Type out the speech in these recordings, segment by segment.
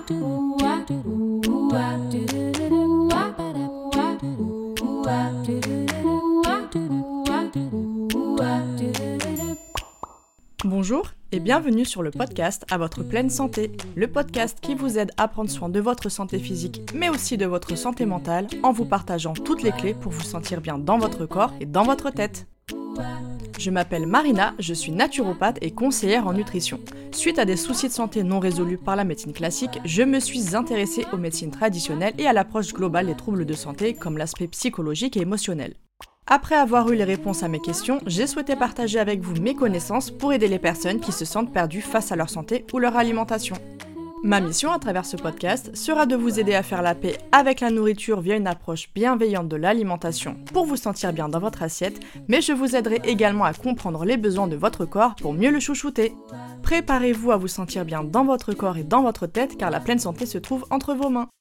Bonjour et bienvenue sur le podcast À votre pleine santé, le podcast qui vous aide à prendre soin de votre santé physique mais aussi de votre santé mentale en vous partageant toutes les clés pour vous sentir bien dans votre corps et dans votre tête. Je m'appelle Marina, je suis naturopathe et conseillère en nutrition. Suite à des soucis de santé non résolus par la médecine classique, je me suis intéressée aux médecines traditionnelles et à l'approche globale des troubles de santé comme l'aspect psychologique et émotionnel. Après avoir eu les réponses à mes questions, j'ai souhaité partager avec vous mes connaissances pour aider les personnes qui se sentent perdues face à leur santé ou leur alimentation. Ma mission à travers ce podcast sera de vous aider à faire la paix avec la nourriture via une approche bienveillante de l'alimentation pour vous sentir bien dans votre assiette, mais je vous aiderai également à comprendre les besoins de votre corps pour mieux le chouchouter. Préparez-vous à vous sentir bien dans votre corps et dans votre tête car la pleine santé se trouve entre vos mains.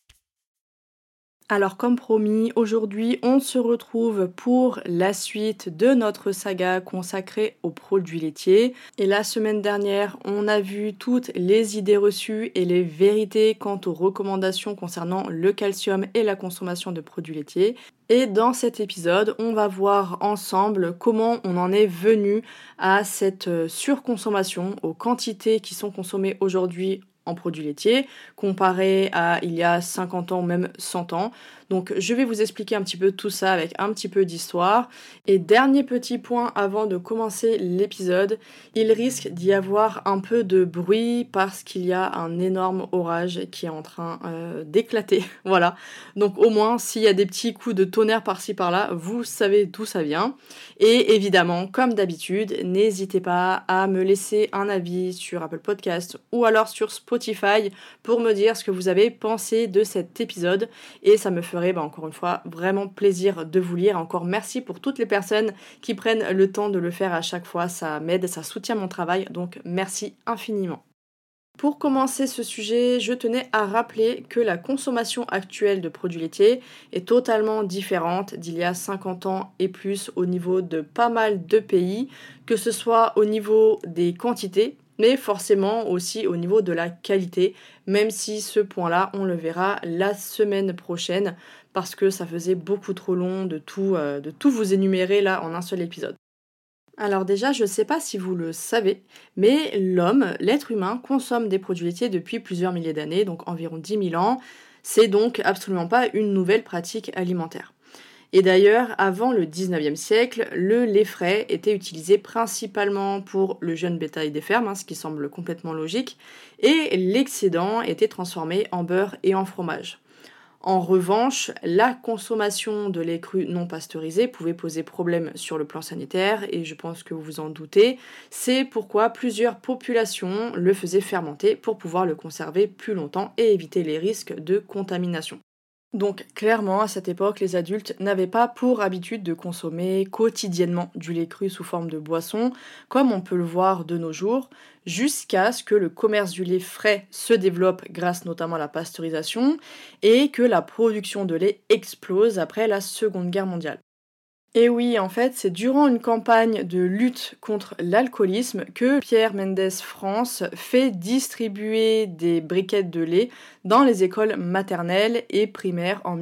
Alors comme promis, aujourd'hui on se retrouve pour la suite de notre saga consacrée aux produits laitiers. Et la semaine dernière, on a vu toutes les idées reçues et les vérités quant aux recommandations concernant le calcium et la consommation de produits laitiers. Et dans cet épisode, on va voir ensemble comment on en est venu à cette surconsommation, aux quantités qui sont consommées aujourd'hui en produits laitiers, comparé à il y a 50 ans ou même 100 ans. Donc je vais vous expliquer un petit peu tout ça avec un petit peu d'histoire. Et dernier petit point avant de commencer l'épisode, il risque d'y avoir un peu de bruit parce qu'il y a un énorme orage qui est en train d'éclater. Voilà. Donc au moins, s'il y a des petits coups de tonnerre par-ci par-là, vous savez d'où ça vient. Et évidemment, comme d'habitude, n'hésitez pas à me laisser un avis sur Apple Podcast ou alors sur Spotify pour me dire ce que vous avez pensé de cet épisode. Et ça me ferait encore une fois vraiment plaisir de vous lire. Encore merci pour toutes les personnes qui prennent le temps de le faire à chaque fois. Ça m'aide, ça soutient mon travail. Donc merci infiniment. Pour commencer ce sujet, je tenais à rappeler que la consommation actuelle de produits laitiers est totalement différente d'il y a 50 ans et plus au niveau de pas mal de pays, que ce soit au niveau des quantités, mais forcément aussi au niveau de la qualité, même si ce point-là, on le verra la semaine prochaine, parce que ça faisait beaucoup trop long de tout vous énumérer là en un seul épisode. Alors déjà, je ne sais pas si vous le savez, mais l'être humain, consomme des produits laitiers depuis plusieurs milliers d'années, donc environ 10 000 ans. C'est donc absolument pas une nouvelle pratique alimentaire. Et d'ailleurs, avant le 19e siècle, le lait frais était utilisé principalement pour le jeune bétail des fermes, ce qui semble complètement logique, et l'excédent était transformé en beurre et en fromage. En revanche, la consommation de lait cru non pasteurisé pouvait poser problème sur le plan sanitaire, et je pense que vous vous en doutez. C'est pourquoi plusieurs populations le faisaient fermenter pour pouvoir le conserver plus longtemps et éviter les risques de contamination. Donc clairement, à cette époque, les adultes n'avaient pas pour habitude de consommer quotidiennement du lait cru sous forme de boisson, comme on peut le voir de nos jours, jusqu'à ce que le commerce du lait frais se développe grâce notamment à la pasteurisation et que la production de lait explose après la Seconde Guerre mondiale. Et oui, en fait, c'est durant une campagne de lutte contre l'alcoolisme que Pierre Mendès France fait distribuer des briquettes de lait dans les écoles maternelles et primaires en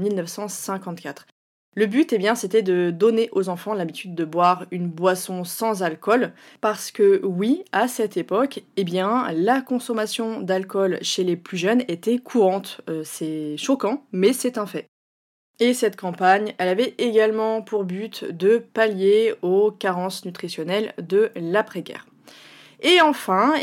1954. Le but, c'était de donner aux enfants l'habitude de boire une boisson sans alcool, parce que oui, à cette époque, la consommation d'alcool chez les plus jeunes était courante. C'est choquant, mais c'est un fait. Et cette campagne, elle avait également pour but de pallier aux carences nutritionnelles de l'après-guerre. Et enfin,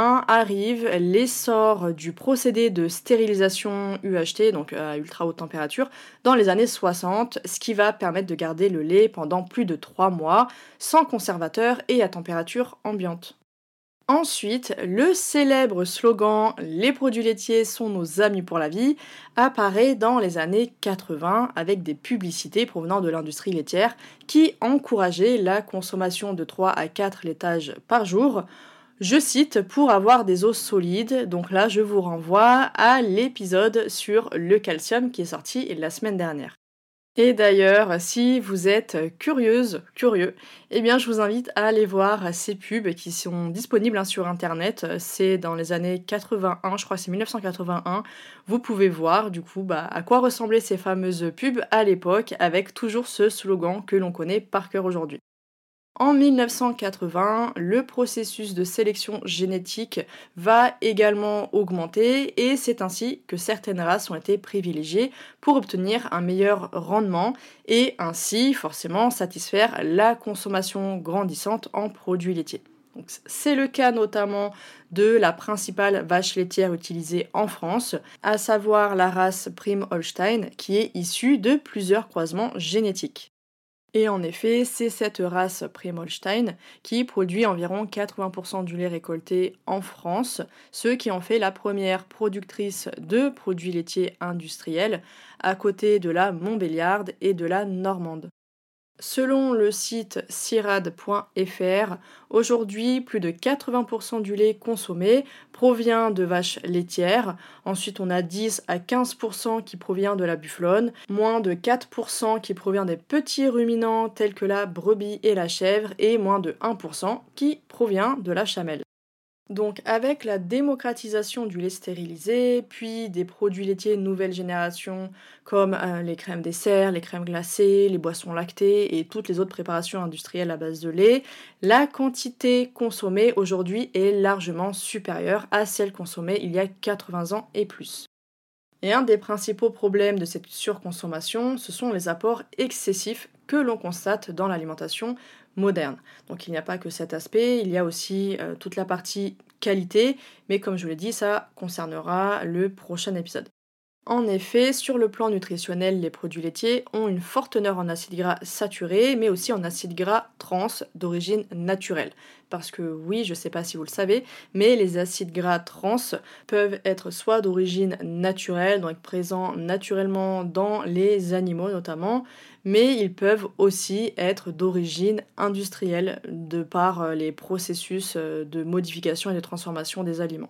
arrive l'essor du procédé de stérilisation UHT, donc à ultra haute température, dans les années 60, ce qui va permettre de garder le lait pendant plus de 3 mois, sans conservateur et à température ambiante. Ensuite, le célèbre slogan « Les produits laitiers sont nos amis pour la vie » apparaît dans les années 80 avec des publicités provenant de l'industrie laitière qui encourageaient la consommation de 3 à 4 laitages par jour. Je cite « pour avoir des os solides », donc là je vous renvoie à l'épisode sur le calcium qui est sorti la semaine dernière. Et d'ailleurs, si vous êtes curieuse, curieux, eh bien je vous invite à aller voir ces pubs qui sont disponibles, hein, sur internet. C'est dans les années 81, je crois que c'est 1981. Vous pouvez voir du coup à quoi ressemblaient ces fameuses pubs à l'époque avec toujours ce slogan que l'on connaît par cœur aujourd'hui. En 1980, le processus de sélection génétique va également augmenter et c'est ainsi que certaines races ont été privilégiées pour obtenir un meilleur rendement et ainsi forcément satisfaire la consommation grandissante en produits laitiers. Donc, c'est le cas notamment de la principale vache laitière utilisée en France, à savoir la race Prim Holstein qui est issue de plusieurs croisements génétiques. Et en effet, c'est cette race Premolstein qui produit environ 80% du lait récolté en France, ce qui en fait la première productrice de produits laitiers industriels, à côté de la Montbéliarde et de la Normande. Selon le site cirad.fr, aujourd'hui, plus de 80% du lait consommé provient de vaches laitières. Ensuite, on a 10 à 15% qui provient de la bufflonne, moins de 4% qui provient des petits ruminants tels que la brebis et la chèvre, et moins de 1% qui provient de la chamelle. Donc avec la démocratisation du lait stérilisé, puis des produits laitiers de nouvelle génération comme les crèmes dessert, les crèmes glacées, les boissons lactées et toutes les autres préparations industrielles à base de lait, la quantité consommée aujourd'hui est largement supérieure à celle consommée il y a 80 ans et plus. Et un des principaux problèmes de cette surconsommation, ce sont les apports excessifs que l'on constate dans l'alimentation moderne. Donc il n'y a pas que cet aspect, il y a aussi toute la partie qualité, mais comme je vous l'ai dit, ça concernera le prochain épisode. En effet, sur le plan nutritionnel, les produits laitiers ont une forte teneur en acides gras saturés, mais aussi en acides gras trans d'origine naturelle. Parce que oui, je ne sais pas si vous le savez, mais les acides gras trans peuvent être soit d'origine naturelle, donc présents naturellement dans les animaux notamment, mais ils peuvent aussi être d'origine industrielle de par les processus de modification et de transformation des aliments.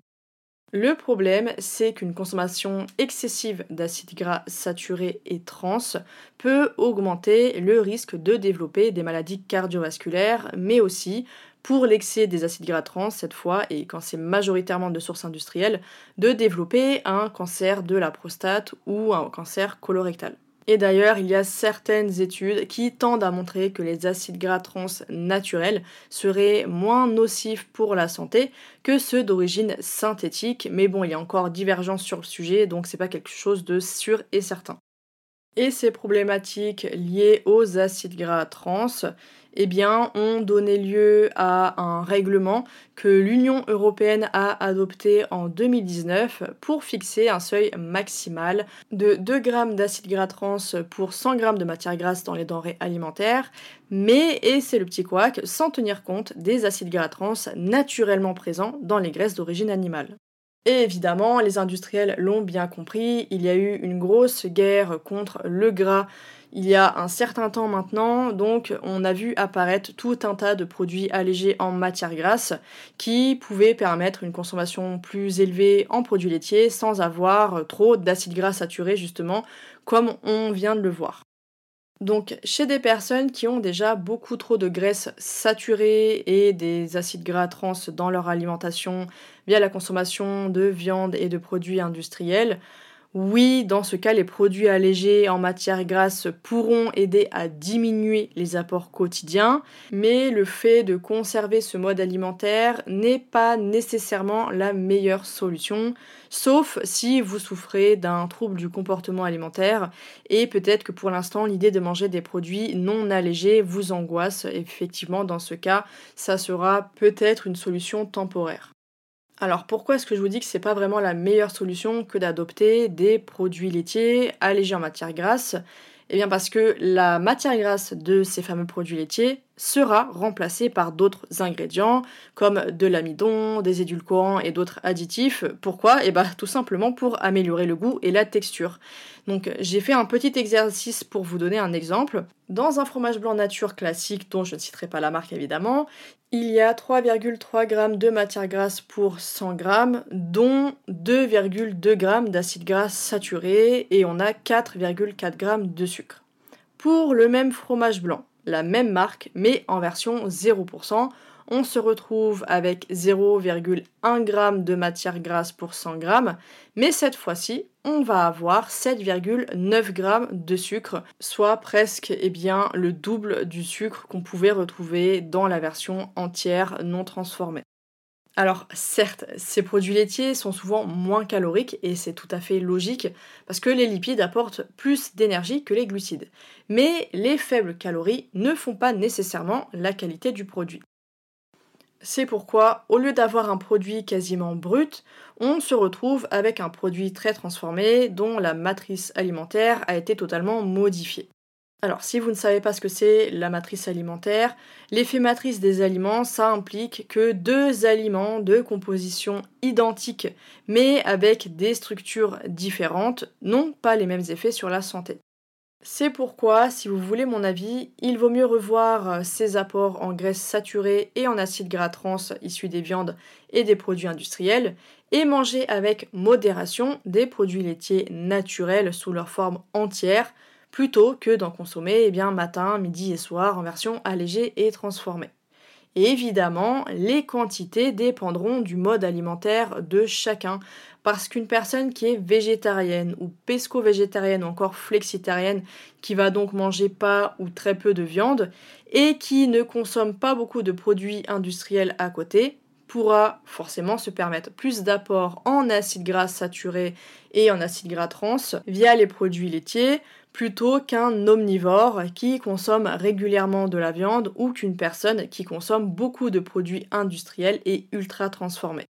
Le problème, c'est qu'une consommation excessive d'acides gras saturés et trans peut augmenter le risque de développer des maladies cardiovasculaires, mais aussi, pour l'excès des acides gras trans cette fois, et quand c'est majoritairement de sources industrielles, de développer un cancer de la prostate ou un cancer colorectal. Et d'ailleurs, il y a certaines études qui tendent à montrer que les acides gras trans naturels seraient moins nocifs pour la santé que ceux d'origine synthétique. Mais bon, il y a encore divergence sur le sujet, donc c'est pas quelque chose de sûr et certain. Et ces problématiques liées aux acides gras trans, eh bien, ont donné lieu à un règlement que l'Union européenne a adopté en 2019 pour fixer un seuil maximal de 2 grammes d'acides gras trans pour 100 grammes de matière grasse dans les denrées alimentaires, mais, et c'est le petit couac, sans tenir compte des acides gras trans naturellement présents dans les graisses d'origine animale. Et évidemment, les industriels l'ont bien compris, il y a eu une grosse guerre contre le gras il y a un certain temps maintenant, donc on a vu apparaître tout un tas de produits allégés en matière grasse qui pouvaient permettre une consommation plus élevée en produits laitiers sans avoir trop d'acides gras saturés justement, comme on vient de le voir. Donc, chez des personnes qui ont déjà beaucoup trop de graisses saturées et des acides gras trans dans leur alimentation via la consommation de viande et de produits industriels, oui, dans ce cas, les produits allégés en matière grasse pourront aider à diminuer les apports quotidiens, mais le fait de conserver ce mode alimentaire n'est pas nécessairement la meilleure solution, sauf si vous souffrez d'un trouble du comportement alimentaire, et peut-être que pour l'instant, l'idée de manger des produits non allégés vous angoisse. Effectivement, dans ce cas, ça sera peut-être une solution temporaire. Alors pourquoi est-ce que je vous dis que c'est pas vraiment la meilleure solution que d'adopter des produits laitiers allégés en matière grasse? Eh bien parce que la matière grasse de ces fameux produits laitiers sera remplacée par d'autres ingrédients comme de l'amidon, des édulcorants et d'autres additifs. Pourquoi? Eh bien tout simplement pour améliorer le goût et la texture. Donc j'ai fait un petit exercice pour vous donner un exemple. Dans un fromage blanc nature classique, dont je ne citerai pas la marque évidemment, il y a 3,3 g de matière grasse pour 100 g, dont 2,2 g d'acides gras saturés et on a 4,4 g de sucre. Pour le même fromage blanc, la même marque, mais en version 0%, on se retrouve avec 0,1 g de matière grasse pour 100 g, mais cette fois-ci, on va avoir 7,9 g de sucre, soit presque le double du sucre qu'on pouvait retrouver dans la version entière non transformée. Alors certes, ces produits laitiers sont souvent moins caloriques et c'est tout à fait logique parce que les lipides apportent plus d'énergie que les glucides. Mais les faibles calories ne font pas nécessairement la qualité du produit. C'est pourquoi, au lieu d'avoir un produit quasiment brut, on se retrouve avec un produit très transformé dont la matrice alimentaire a été totalement modifiée. Alors, si vous ne savez pas ce que c'est la matrice alimentaire, l'effet matrice des aliments, ça implique que deux aliments de composition identique, mais avec des structures différentes, n'ont pas les mêmes effets sur la santé. C'est pourquoi, si vous voulez mon avis, il vaut mieux revoir ces apports en graisses saturées et en acides gras trans issus des viandes et des produits industriels, et manger avec modération des produits laitiers naturels sous leur forme entière, plutôt que d'en consommer matin, midi et soir en version allégée et transformée. Et évidemment, les quantités dépendront du mode alimentaire de chacun, parce qu'une personne qui est végétarienne ou pesco-végétarienne ou encore flexitarienne, qui va donc manger pas ou très peu de viande, et qui ne consomme pas beaucoup de produits industriels à côté, pourra forcément se permettre plus d'apports en acides gras saturés et en acides gras trans via les produits laitiers, plutôt qu'un omnivore qui consomme régulièrement de la viande ou qu'une personne qui consomme beaucoup de produits industriels et ultra transformés.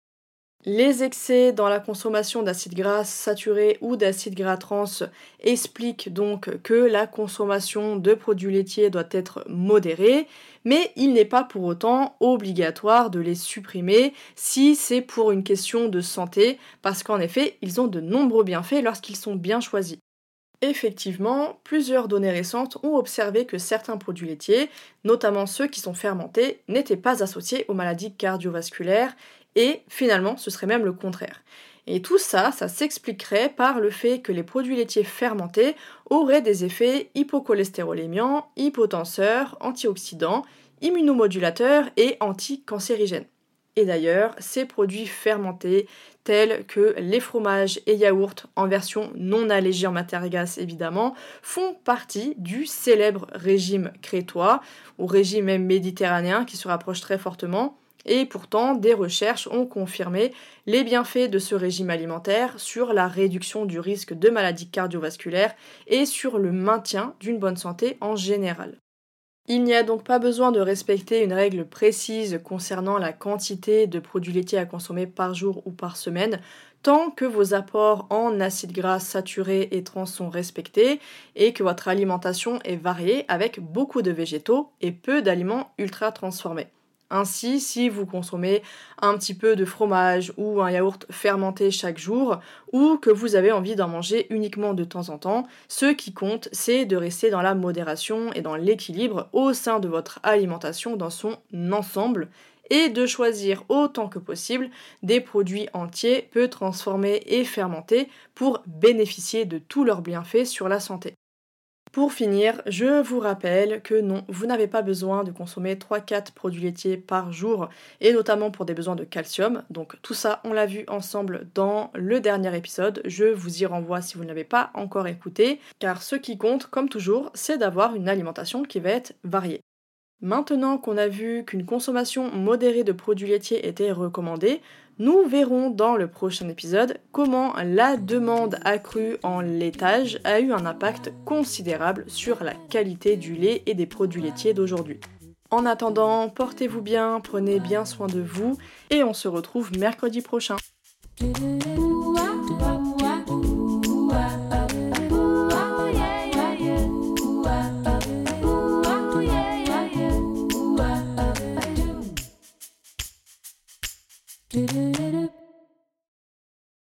Les excès dans la consommation d'acides gras saturés ou d'acides gras trans expliquent donc que la consommation de produits laitiers doit être modérée, mais il n'est pas pour autant obligatoire de les supprimer si c'est pour une question de santé, parce qu'en effet, ils ont de nombreux bienfaits lorsqu'ils sont bien choisis. Effectivement, plusieurs données récentes ont observé que certains produits laitiers, notamment ceux qui sont fermentés, n'étaient pas associés aux maladies cardiovasculaires et finalement ce serait même le contraire. Et tout ça, ça s'expliquerait par le fait que les produits laitiers fermentés auraient des effets hypocholestérolémiants, hypotenseurs, antioxydants, immunomodulateurs et anticancérigènes. Et d'ailleurs, ces produits fermentés, tels que les fromages et yaourts en version non allégée en matière grasse évidemment, font partie du célèbre régime crétois, ou régime même méditerranéen qui se rapproche très fortement. Et pourtant, des recherches ont confirmé les bienfaits de ce régime alimentaire sur la réduction du risque de maladies cardiovasculaires et sur le maintien d'une bonne santé en général. Il n'y a donc pas besoin de respecter une règle précise concernant la quantité de produits laitiers à consommer par jour ou par semaine, tant que vos apports en acides gras saturés et trans sont respectés et que votre alimentation est variée avec beaucoup de végétaux et peu d'aliments ultra transformés. Ainsi, si vous consommez un petit peu de fromage ou un yaourt fermenté chaque jour, ou que vous avez envie d'en manger uniquement de temps en temps, ce qui compte, c'est de rester dans la modération et dans l'équilibre au sein de votre alimentation dans son ensemble, et de choisir autant que possible des produits entiers, peu transformés et fermentés pour bénéficier de tous leurs bienfaits sur la santé. Pour finir, je vous rappelle que non, vous n'avez pas besoin de consommer 3-4 produits laitiers par jour, et notamment pour des besoins de calcium. Donc tout ça, on l'a vu ensemble dans le dernier épisode. Je vous y renvoie si vous ne l'avez pas encore écouté, car ce qui compte, comme toujours, c'est d'avoir une alimentation qui va être variée. Maintenant qu'on a vu qu'une consommation modérée de produits laitiers était recommandée, nous verrons dans le prochain épisode comment la demande accrue en laitage a eu un impact considérable sur la qualité du lait et des produits laitiers d'aujourd'hui. En attendant, portez-vous bien, prenez bien soin de vous et on se retrouve mercredi prochain.